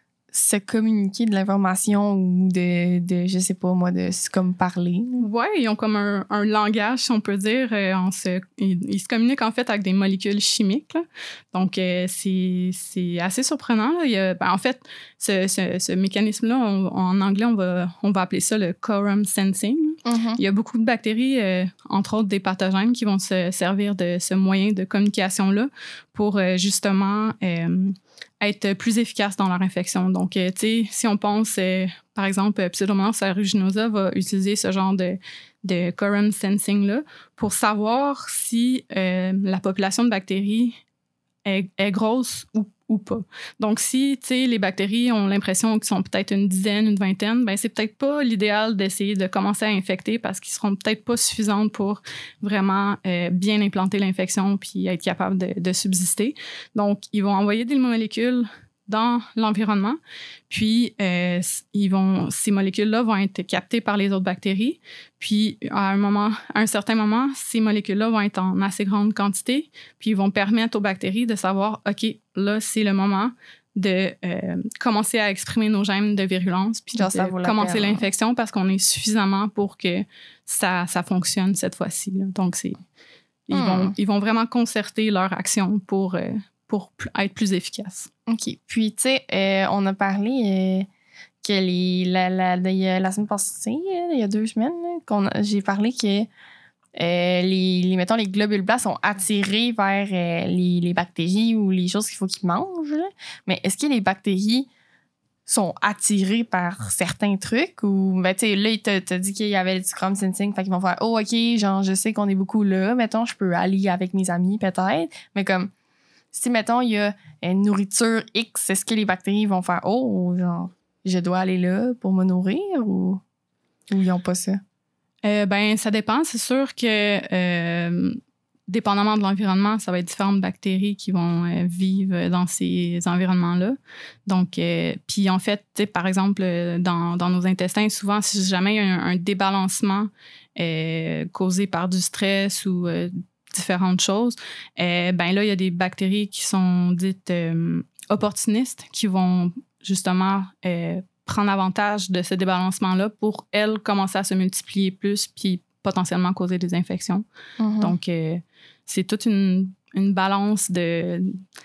se communiquer de l'information ou de, de je sais pas moi, de comme parler? Oui, ils ont comme un, un langage, si on peut dire. Euh, on se, ils, ils se communiquent en fait avec des molécules chimiques. Là. Donc, euh, c'est, c'est assez surprenant. Là. Il y a, ben, en fait, ce, ce, ce mécanisme-là, on, en anglais, on va, on va appeler ça le quorum sensing. Mm-hmm. Il y a beaucoup de bactéries, euh, entre autres des pathogènes, qui vont se servir de ce moyen de communication-là pour euh, justement euh, être plus efficaces dans leur infection. Donc, euh, tu sais, si on pense, euh, par exemple, Pseudomonas aeruginosa va utiliser ce genre de, de current sensing-là pour savoir si euh, la population de bactéries est, est grosse ou ou pas. Donc, si, tu sais, les bactéries ont l'impression qu'ils sont peut-être une dizaine, une vingtaine, ben c'est peut-être pas l'idéal d'essayer de commencer à infecter parce qu'ils seront peut-être pas suffisantes pour vraiment euh, bien implanter l'infection puis être capable de, de subsister. Donc, ils vont envoyer des molécules dans l'environnement, puis euh, ils vont, ces molécules-là vont être captées par les autres bactéries, puis à un moment, à un certain moment, ces molécules-là vont être en assez grande quantité, puis ils vont permettre aux bactéries de savoir, OK, là, c'est le moment de euh, commencer à exprimer nos gènes de virulence, puis Genre, de commencer l'infection parce qu'on est suffisamment pour que ça, ça fonctionne cette fois-ci. Là. Donc, c'est, ils, hmm. vont, ils vont vraiment concerter leur action pour... Euh, pour être plus efficace. OK. Puis, tu sais, euh, on a parlé euh, que les, la, la, la, la semaine passée, il y a deux semaines, qu'on a, j'ai parlé que euh, les, les, mettons, les globules blancs sont attirés vers euh, les, les bactéries ou les choses qu'il faut qu'ils mangent. Là. Mais est-ce que les bactéries sont attirées par certains trucs? Ou, ben, tu sais, là, il t'a, t'a dit qu'il y avait du crumb sensing, fait qu'ils vont faire « Oh, OK, genre, je sais qu'on est beaucoup là, mettons, je peux aller avec mes amis, peut-être. » Mais comme... Si, mettons, il y a une nourriture X, est-ce que les bactéries vont faire « Oh, genre, je dois aller là pour me nourrir » ou, ou ils n'ont pas ça? Euh, ben, ça dépend. C'est sûr que, euh, dépendamment de l'environnement, ça va être différentes bactéries qui vont euh, vivre dans ces environnements-là. Donc, euh, puis en fait, tu sais, par exemple, dans, dans nos intestins, souvent, si jamais il y a un, un débalancement euh, causé par du stress ou euh, différentes choses, euh, ben là, il y a des bactéries qui sont dites euh, opportunistes qui vont justement euh, prendre avantage de ce débalancement-là pour, elles, commencer à se multiplier plus puis potentiellement causer des infections. Mm-hmm. Donc, euh, c'est toute une, une balance de,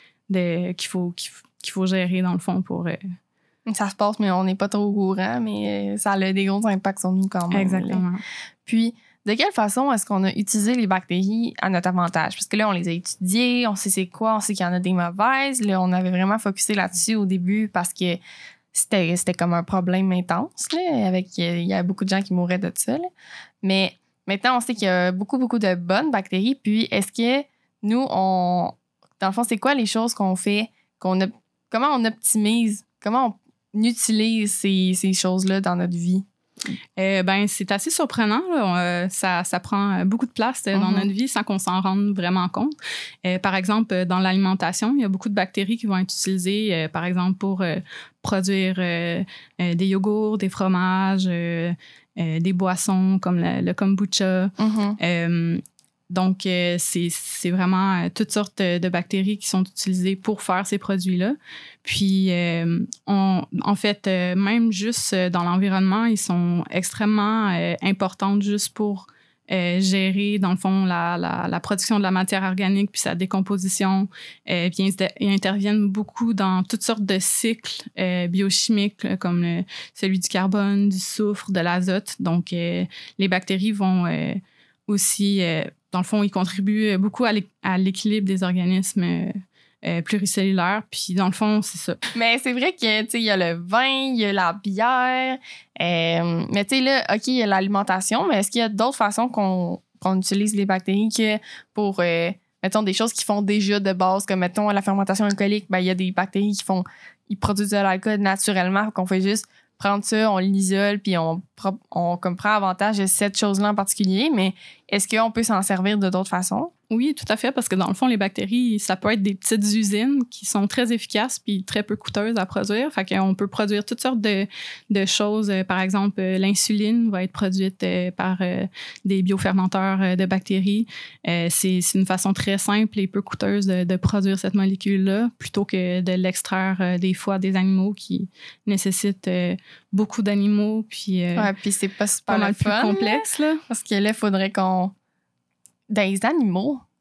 de, qu'il, faut, qu'il, faut, qu'il faut gérer, dans le fond, pour... Euh... Ça se passe, mais on n'est pas trop au courant, mais ça a des gros impacts sur nous quand même. Exactement. Là. Puis, de quelle façon est-ce qu'on a utilisé les bactéries à notre avantage? Parce que là, on les a étudiées, on sait c'est quoi, on sait qu'il y en a des mauvaises. Là, on avait vraiment focusé là-dessus au début parce que c'était, c'était comme un problème intense. Là, avec, il y a beaucoup de gens qui mouraient de ça. Là. Mais maintenant, on sait qu'il y a beaucoup, beaucoup de bonnes bactéries. Puis, est-ce que nous, on... Dans le fond, c'est quoi les choses qu'on fait? Qu'on a, comment on optimise? Comment on utilise ces, ces choses-là dans notre vie? Euh, ben, c'est assez surprenant. Là. Euh, ça, ça prend beaucoup de place euh, dans mm-hmm. notre vie sans qu'on s'en rende vraiment compte. Euh, par exemple, dans l'alimentation, il y a beaucoup de bactéries qui vont être utilisées, euh, par exemple, pour euh, produire euh, euh, des yogourts, des fromages, euh, euh, des boissons comme le, le kombucha. Mm-hmm. Euh, Donc, euh, c'est, c'est vraiment euh, toutes sortes de, de bactéries qui sont utilisées pour faire ces produits-là. Puis, euh, on, en fait, euh, même juste dans l'environnement, ils sont extrêmement euh, importantes juste pour euh, gérer, dans le fond, la, la, la production de la matière organique puis sa décomposition. Euh, puis, ils, ils interviennent beaucoup dans toutes sortes de cycles euh, biochimiques, comme le, celui du carbone, du soufre, de l'azote. Donc, euh, les bactéries vont euh, aussi... Euh, Dans le fond, ils contribuent beaucoup à, l'é- à l'équilibre des organismes euh, euh, pluricellulaires. Puis, dans le fond, c'est ça. Mais c'est vrai que, tu sais, il y a le vin, il y a la bière. Euh, mais, tu sais, là, OK, il y a l'alimentation, mais est-ce qu'il y a d'autres façons qu'on, qu'on utilise les bactéries que pour, euh, mettons, des choses qui font déjà de base, comme, mettons, la fermentation alcoolique, ben, il y a des bactéries qui font, ils produisent de l'alcool naturellement, qu'on fait juste prendre ça, on l'isole, puis on, on comme, prend avantage de cette chose-là en particulier. Mais est-ce qu'on peut s'en servir de d'autres façons? Oui, tout à fait, parce que dans le fond, les bactéries, ça peut être des petites usines qui sont très efficaces puis très peu coûteuses à produire. Fait qu'on peut produire toutes sortes de, de choses. Par exemple, l'insuline va être produite par des biofermenteurs de bactéries. C'est, c'est une façon très simple et peu coûteuse de, de produire cette molécule-là plutôt que de l'extraire des foies des animaux qui nécessitent beaucoup d'animaux. Puis, ouais, puis c'est pas super pas mal plus fun, complexe. Là. Parce que là, il faudrait qu'on... Dans les animaux,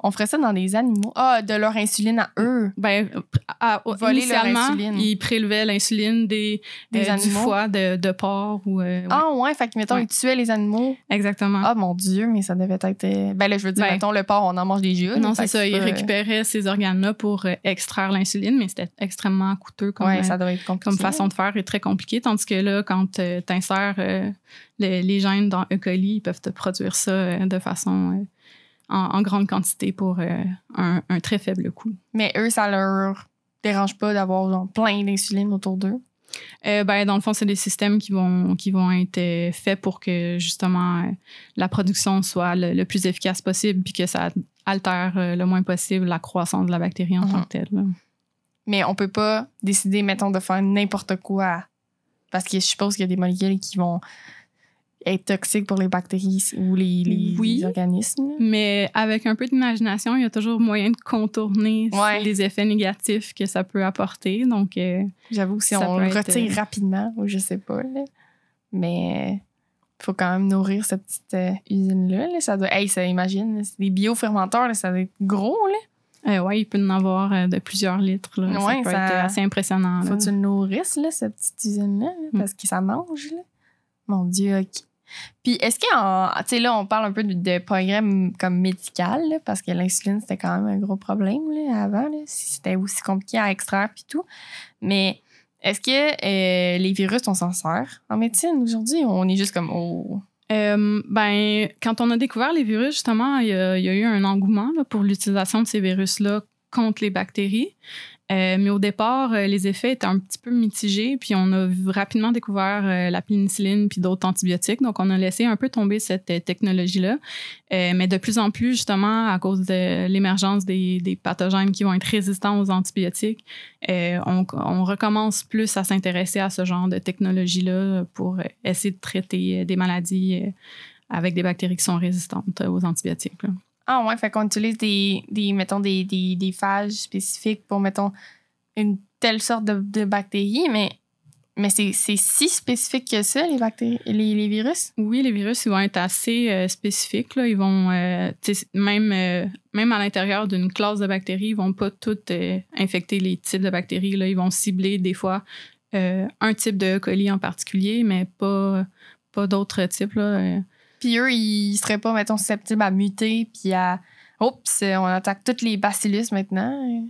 on ferait ça dans des animaux. Ah, de leur insuline à eux. Ben, à, à, Voler leur initialement, insuline. ils prélevaient l'insuline des, Des euh, du animaux. foie de, de porc. Ou, euh, ouais. Ah ouais, fait que, mettons, Ouais. ils tuaient les animaux. Exactement. Ah, mon Dieu, mais ça devait être... euh, Ben là, je veux dire, Ben, mettons, le porc, on en mange des jus. non, fait c'est que ça. Ils pas- récupéraient ces organes-là pour euh, extraire l'insuline, mais c'était extrêmement coûteux comme, Ouais, euh, ça doit être compliqué. comme façon de faire et très compliqué. Tandis que là, quand euh, tu insères euh, le- les gènes dans E. coli, ils peuvent te produire ça euh, de façon euh, en, en grande quantité pour euh, un, un très faible coût. Mais eux, ça leur dérange pas d'avoir genre, plein d'insuline autour d'eux. Euh, ben, dans le fond, c'est des systèmes qui vont, qui vont être euh, faits pour que justement euh, la production soit le, le plus efficace possible puis que ça altère euh, le moins possible la croissance de la bactérie en Mhm. tant que telle. Là. Mais on peut pas décider, mettons, de faire n'importe quoi. Parce que je suppose qu'il y a des molécules qui vont être toxiques pour les bactéries ou les, les, Oui. les organismes. Mais avec un peu d'imagination, il y a toujours moyen de contourner Ouais. les effets négatifs que ça peut apporter. Donc, euh, J'avoue, si Ça on peut le être, retire euh, rapidement, ou je sais pas, là. Mais il faut quand même nourrir cette petite euh, usine-là. Là. Ça doit... Hey, ça imagine, là, c'est des biofermenteurs, là, ça doit être gros, là. euh, ouais, il peut en avoir euh, de plusieurs litres. Là. Ouais, ça peut ça- être assez impressionnant. Faut là. que tu le nourrisses, là, cette petite usine-là, là, Mm. parce que ça mange, là. Mon Dieu, OK. Puis est-ce qu'en... Tu sais, là, on parle un peu de, de programme comme médical, là, parce que l'insuline, c'était quand même un gros problème, là, avant, là, si c'était aussi compliqué à extraire puis tout. Mais est-ce que euh, les virus, on s'en sert en médecine aujourd'hui? On est juste comme... Oh. Euh, ben, quand on a découvert les virus, justement, il y a, il y a eu un engouement là, pour l'utilisation de ces virus-là contre les bactéries. Euh, mais au départ, euh, les effets étaient un petit peu mitigés, puis on a vu- rapidement découvert euh, la pénicilline puis d'autres antibiotiques. Donc, on a laissé un peu tomber cette euh, technologie-là. Euh, mais de plus en plus, justement, à cause de l'émergence des, des pathogènes qui vont être résistants aux antibiotiques, euh, on, on recommence plus à s'intéresser à ce genre de technologie-là pour euh, essayer de traiter euh, des maladies euh, avec des bactéries qui sont résistantes euh, aux antibiotiques. là. Ah ouais, fait qu'on utilise des, des mettons, des, des, des phages spécifiques pour, mettons, une telle sorte de, de bactéries, mais, mais c'est, c'est si spécifique que ça, les bactéries, les, les virus? Oui, les virus, ils vont être assez euh, spécifiques. Là. Ils vont, euh, tu sais, même, euh, même à l'intérieur d'une classe de bactéries, ils vont pas toutes euh, infecter les types de bactéries. Là. Ils vont cibler des fois euh, un type de E. coli en particulier, mais pas, pas d'autres types. Là. Euh, Puis eux, ils seraient pas, mettons, susceptibles à muter, puis à... Oups, on attaque tous les bacillus maintenant.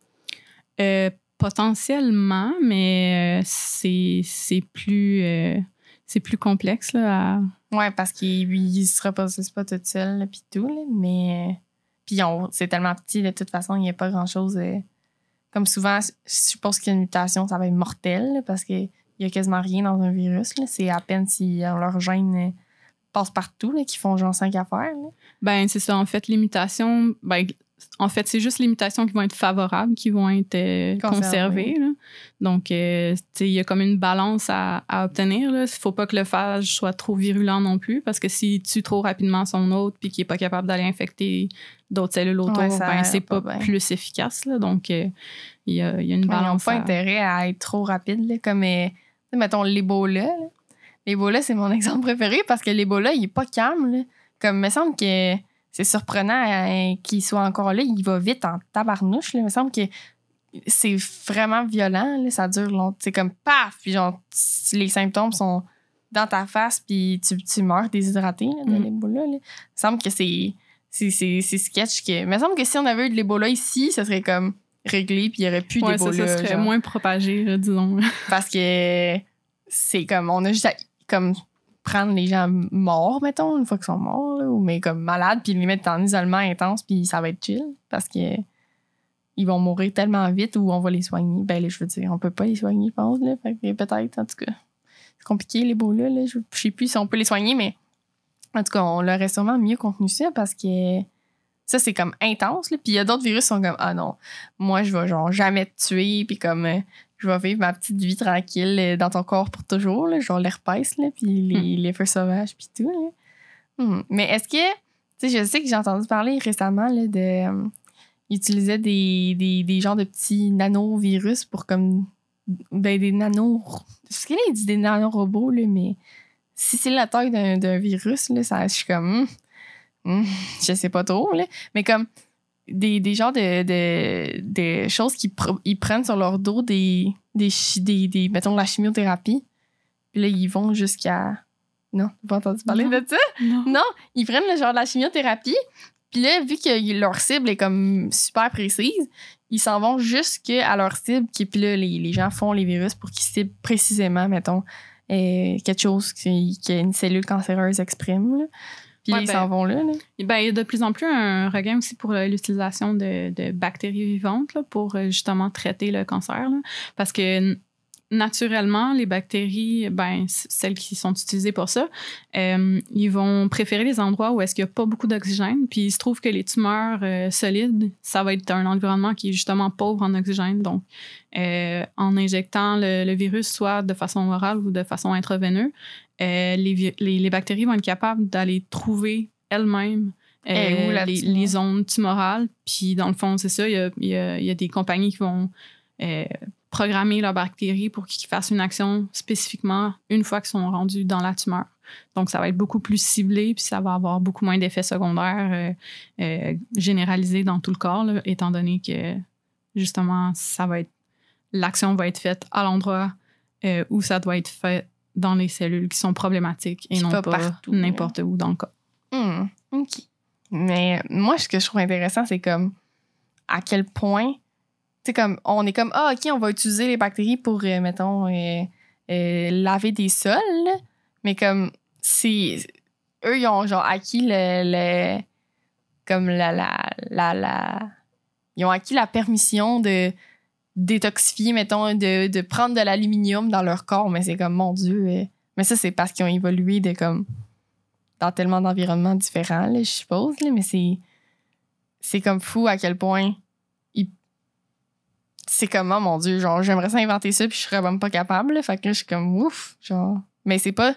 Euh, potentiellement, mais euh, c'est, c'est, plus, euh, c'est plus complexe. Là, à... Ouais, parce qu'ils ils se reproduisent pas tout seuls, puis tout, là, mais... Puis on- c'est tellement petit, de toute façon, il n'y a pas grand-chose... euh, Comme souvent, je suppose qu'il y a une mutation, ça va être mortel, là, parce qu'il y a quasiment rien dans un virus. Là. C'est à peine si euh, leur gène euh, passe partout, là, qu'ils font genre cinq affaires. Là. Ben, c'est ça. En fait, les mutations, ben, en fait, c'est juste les mutations qui vont être favorables qui vont être euh, Conservées. conservées. Là. Donc, euh, tu sais, il y a comme une balance à, à obtenir. Il ne faut pas que le phage soit trop virulent non plus, parce que s'il tue trop rapidement son hôte puis qu'il n'est pas capable d'aller infecter d'autres cellules autour, Ouais, ça ben, c'est va pas, pas bien. plus efficace. Là. Donc, euh, il y, a, il y a une Ils n'ont balance. pas à- intérêt à être trop rapide, là, comme, euh, tu sais, mettons, l'Ebola. là. L'Ebola, c'est mon exemple préféré parce que l'Ebola, il est pas calme. Là. Comme, il me semble que c'est surprenant hein, qu'il soit encore là. Il va vite en tabarnouche. Là. Il me semble que c'est vraiment violent. Là. Ça dure longtemps. C'est comme paf! Puis genre, t- les symptômes sont dans ta face, puis tu, tu meurs déshydraté là, de Mm. l'Ebola. Là. Il me semble que c'est, c'est, c'est, c'est sketch. Que... Il me semble que si on avait eu de l'Ebola ici, ça serait comme réglé, puis il n'y aurait plus Ouais, ça, d'Ebola. ça serait genre. moins propagé, là, disons. Parce que c'est comme, on a juste à comme, prendre les gens morts, mettons, une fois qu'ils sont morts, là, ou mais comme malades, puis les mettre en isolement intense, puis ça va être chill. Parce que ils vont mourir tellement vite ou on va les soigner. Ben là, je veux dire, on peut pas les soigner, je pense. Là, fait que peut-être, en tout cas. C'est compliqué, les beaux-là. Là. Je, je sais plus si on peut les soigner, mais en tout cas, on leur aurait sûrement mieux contenu ça parce que ça, c'est comme intense. Là. Puis il y a d'autres virus qui sont comme, ah non, moi, je vais genre jamais te tuer, puis comme, euh, je vais vivre ma petite vie tranquille euh, dans ton corps pour toujours, là, genre l'herpès, là, puis les, les feux sauvages, puis tout. Là. Hmm. Mais est-ce que, tu sais, je sais que j'ai entendu parler récemment là, de. Euh, ils utilisaient des, des, des genres de petits nanovirus pour comme. Ben, des nanos. Ce qu'il a dit des nanorobots, là, mais si c'est la taille d'un, d'un virus, là, ça, je suis comme. Hmm, hmm, je sais pas trop, là. Mais comme. des, des genres de, de, de choses qu'ils pr- ils prennent sur leur dos, des, des, chi- des, des, mettons, de la chimiothérapie. Puis là, ils vont jusqu'à... Non, t'as pas entendu parler Non. de ça? Non. Non, ils prennent le genre de la chimiothérapie. Puis là, vu que leur cible est comme super précise, ils s'en vont jusqu'à leur cible. Qui, puis là, les, les gens font les virus pour qu'ils ciblent précisément, mettons, euh, quelque chose qui, qu'une cellule cancéreuse exprime. Là. Puis Ouais, là, ils ben, s'en vont là. là. Ben, il y a de plus en plus un regain aussi pour euh, l'utilisation de, de bactéries vivantes là, pour euh, justement traiter le cancer. Là. Parce que n- naturellement, les bactéries, ben, c- celles qui sont utilisées pour ça, euh, ils vont préférer les endroits où est-ce qu'il n'y a pas beaucoup d'oxygène. Puis il se trouve que les tumeurs euh, solides, ça va être un environnement qui est justement pauvre en oxygène. Donc, euh, en injectant le, le virus, soit de façon orale ou de façon intraveineuse, euh, les, vi- les, les bactéries vont être capables d'aller trouver elles-mêmes euh, Eh, où la les, tumeur? les zones tumorales. Puis, dans le fond, c'est ça, il y a, il y a, il y a des compagnies qui vont euh, programmer leurs bactéries pour qu'ils fassent une action spécifiquement une fois qu'ils sont rendus dans la tumeur. Donc, ça va être beaucoup plus ciblé, puis ça va avoir beaucoup moins d'effets secondaires euh, euh, généralisés dans tout le corps, là, étant donné que, justement, ça va être l'action va être faite à l'endroit euh, où ça doit être fait dans les cellules qui sont problématiques et Puis non pas pas partout, n'importe où dans le corps. Hmm, OK. Mais moi, ce que je trouve intéressant, c'est comme à quel point, tu sais, comme, on est comme, ah, OK, on va utiliser les bactéries pour, euh, mettons, euh, euh, laver des sols, là. Mais comme, c'est. Eux, ils ont genre acquis le. le comme la, la, la, la. Ils ont acquis la permission de détoxifier, mettons, de, de prendre de l'aluminium dans leur corps. Mais c'est comme, mon Dieu. euh, Mais ça, c'est parce qu'ils ont évolué de comme. Dans tellement d'environnements différents, là, je suppose. Là, mais c'est. C'est comme fou à quel point. Ils... C'est comme, oh mon Dieu, genre, j'aimerais ça inventer ça, puis je serais même pas capable. Là, fait que là, je suis comme, ouf, genre. Mais c'est pas.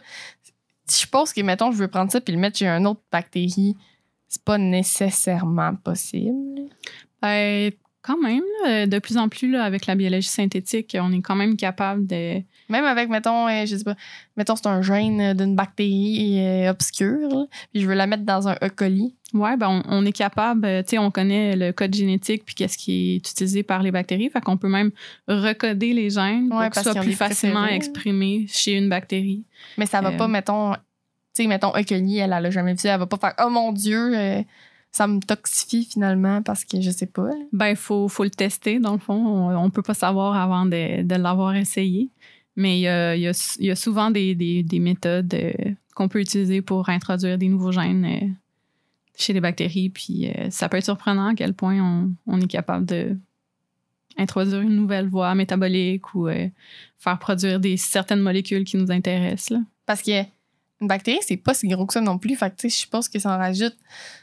Je suppose que, mettons, je veux prendre ça puis le mettre chez un autre bactérie, c'est pas nécessairement possible. Ben, quand même, là, de plus en plus, là, avec la biologie synthétique, on est quand même capable de... Même avec, mettons, euh, je sais pas, mettons, c'est un gène d'une bactérie euh, obscure, là, puis je veux la mettre dans un E. coli. Ouais, ben on, on est capable, euh, tu sais, on connaît le code génétique puis qu'est-ce qui est utilisé par les bactéries, fait qu'on peut même recoder les gènes pour Ouais, qu'ils parce soient qu'ils ont plus des facilement préférés. exprimés chez une bactérie. Mais ça va Euh. pas, mettons, tu sais, mettons, E. coli, elle, elle a jamais vu ça, elle va pas faire, oh mon Dieu, euh, ça me toxifie finalement parce que je sais pas. Là. Ben, il faut, faut le tester, dans le fond. On, on peut pas savoir avant de, de l'avoir essayé. Mais il y a, il y a, il y a souvent des, des, des méthodes euh, qu'on peut utiliser pour introduire des nouveaux gènes euh, chez les bactéries. Puis euh, ça peut être surprenant à quel point on, on est capable de introduire une nouvelle voie métabolique ou euh, faire produire des, certaines molécules qui nous intéressent. Là. Parce que une bactérie, c'est pas si gros que ça non plus. Fait que, tu sais, je suppose que ça en rajoute.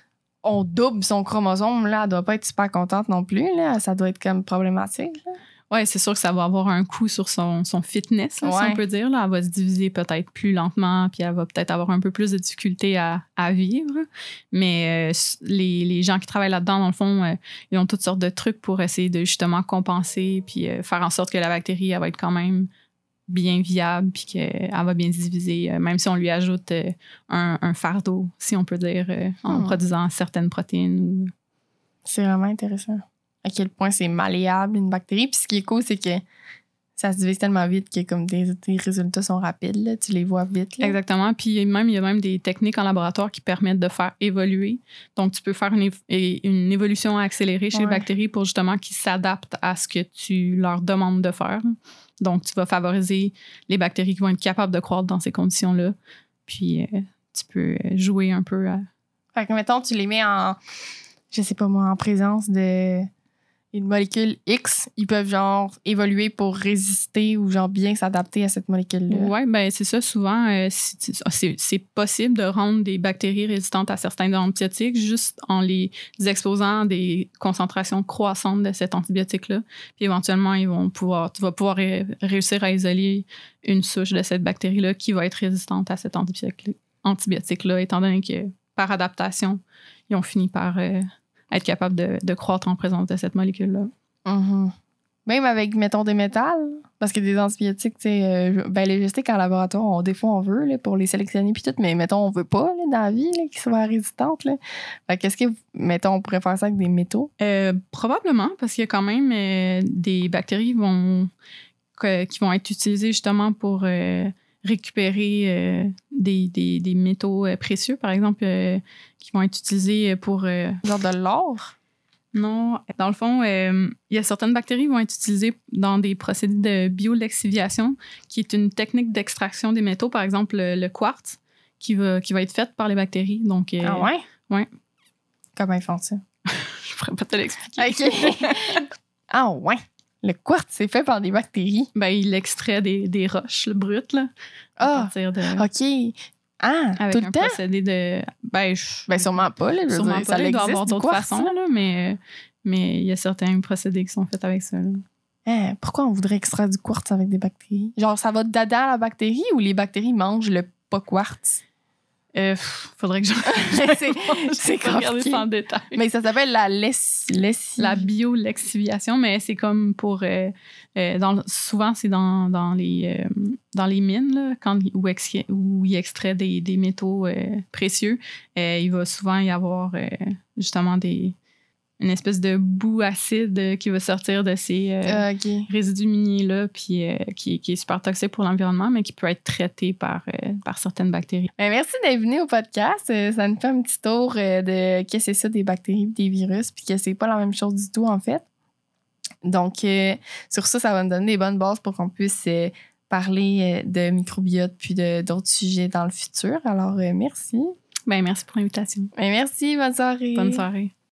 On double son chromosome, là, elle doit pas être super contente non plus, là. Ça doit être comme problématique, là. Oui, c'est sûr que ça va avoir un coût sur son, son fitness, là, si Ouais. on peut dire. Là. Elle va se diviser peut-être plus lentement, puis elle va peut-être avoir un peu plus de difficulté à, à vivre. Mais euh, les, les gens qui travaillent là-dedans, dans le fond, euh, ils ont toutes sortes de trucs pour essayer de justement compenser, puis euh, faire en sorte que la bactérie, elle va être quand même bien viable, puis qu'elle va bien se diviser, euh, même si on lui ajoute euh, un, un fardeau, si on peut dire, euh, en Hmm. produisant certaines protéines. Ou... C'est vraiment intéressant. À quel point c'est malléable, une bactérie. Puis ce qui est cool, c'est que ça se divise tellement vite que comme des, des résultats sont rapides, là. Tu les vois vite, là. Exactement. Puis même, il y a même des techniques en laboratoire qui permettent de faire évoluer. Donc, tu peux faire une, év- une évolution accélérée chez Ouais. les bactéries pour justement qu'ils s'adaptent à ce que tu leur demandes de faire. Donc, tu vas favoriser les bactéries qui vont être capables de croître dans ces conditions-là. Puis, euh, tu peux jouer un peu à... Fait que, mettons, tu les mets en, je sais pas moi, en présence de une molécule X, ils peuvent genre évoluer pour résister ou genre bien s'adapter à cette molécule-là. Oui, ben c'est ça. Souvent, euh, c'est, c'est- c'est possible de rendre des bactéries résistantes à certains antibiotiques juste en les exposant à des concentrations croissantes de cet antibiotique-là. Puis éventuellement, ils vont pouvoir, tu vas pouvoir ré- réussir à isoler une souche de cette bactérie-là qui va être résistante à cet antibiotique- antibiotique-là, étant donné que par adaptation, ils ont fini par euh, être capables de, de croître en présence de cette molécule-là. Mhm. Même avec, mettons, des métals, parce que des antibiotiques, tu sais, euh, ben, les gestiques en laboratoire, on, des fois, on veut là, pour les sélectionner puis tout, mais mettons, on veut pas là, dans la vie là, qu'ils soient résistantes. Là. Fait qu'est-ce que, mettons, on pourrait faire ça avec des métaux? Euh, probablement, parce qu'il y a quand même euh, des bactéries vont, que, qui vont être utilisées justement pour euh, récupérer euh, des, des, des métaux euh, précieux, par exemple, euh, qui vont être utilisés pour... Euh, Genre de l'or? Non, dans le fond, euh, il y a certaines bactéries qui vont être utilisées dans des procédés de biolexiviation, qui est une technique d'extraction des métaux, par exemple le, le quartz, qui va, qui va être faite par les bactéries. Donc, euh, Ah ouais? Ouais. Comment ils font ça? Je pourrais pas te l'expliquer. OK. Ah ouais. Le quartz, c'est fait par des bactéries. Ben, il extrait des, des roches là, brutes, là, à Ah, partir de... OK. Ah, Avec tout le un temps? procédé de... Ben, je... Ben sûrement pas, là. Je veux sûrement dire, pas, ça il doit y existe, avoir du d'autres quartz, façons, là. là, mais mais il y a certains procédés qui sont faits avec ça. Là. Hein, pourquoi on voudrait extraire du quartz avec des bactéries? Genre, ça va dedans la bactérie ou les bactéries mangent le pas quartz? Euh, pff, faudrait que je... c'est c'est pas regarder compliqué. ça en détail. Mais ça s'appelle la lessi... lessi... La biolexiviation, mais c'est comme pour... Euh, euh, dans, souvent, c'est dans, dans, les, euh, dans les mines, là, quand, où, ex, où il extrait des, des métaux euh, précieux. Euh, il va souvent y avoir euh, justement des, une espèce de boue acide qui va sortir de ces euh, Euh, OK. résidus miniers-là, puis euh, qui, qui est super toxique pour l'environnement, mais qui peut être traité par, euh, par certaines bactéries. Ben, merci d'être venu au podcast. Euh, Ça nous fait un petit tour euh, de qu'est-ce que c'est ça des bactéries et des virus, puis que c'est pas la même chose du tout, en fait. Donc, euh, sur ça, ça va nous donner des bonnes bases pour qu'on puisse euh, parler euh, de microbiote puis de, d'autres sujets dans le futur. Alors, euh, merci. Ben, merci pour l'invitation. Ben, merci. Bonne soirée. Bonne soirée.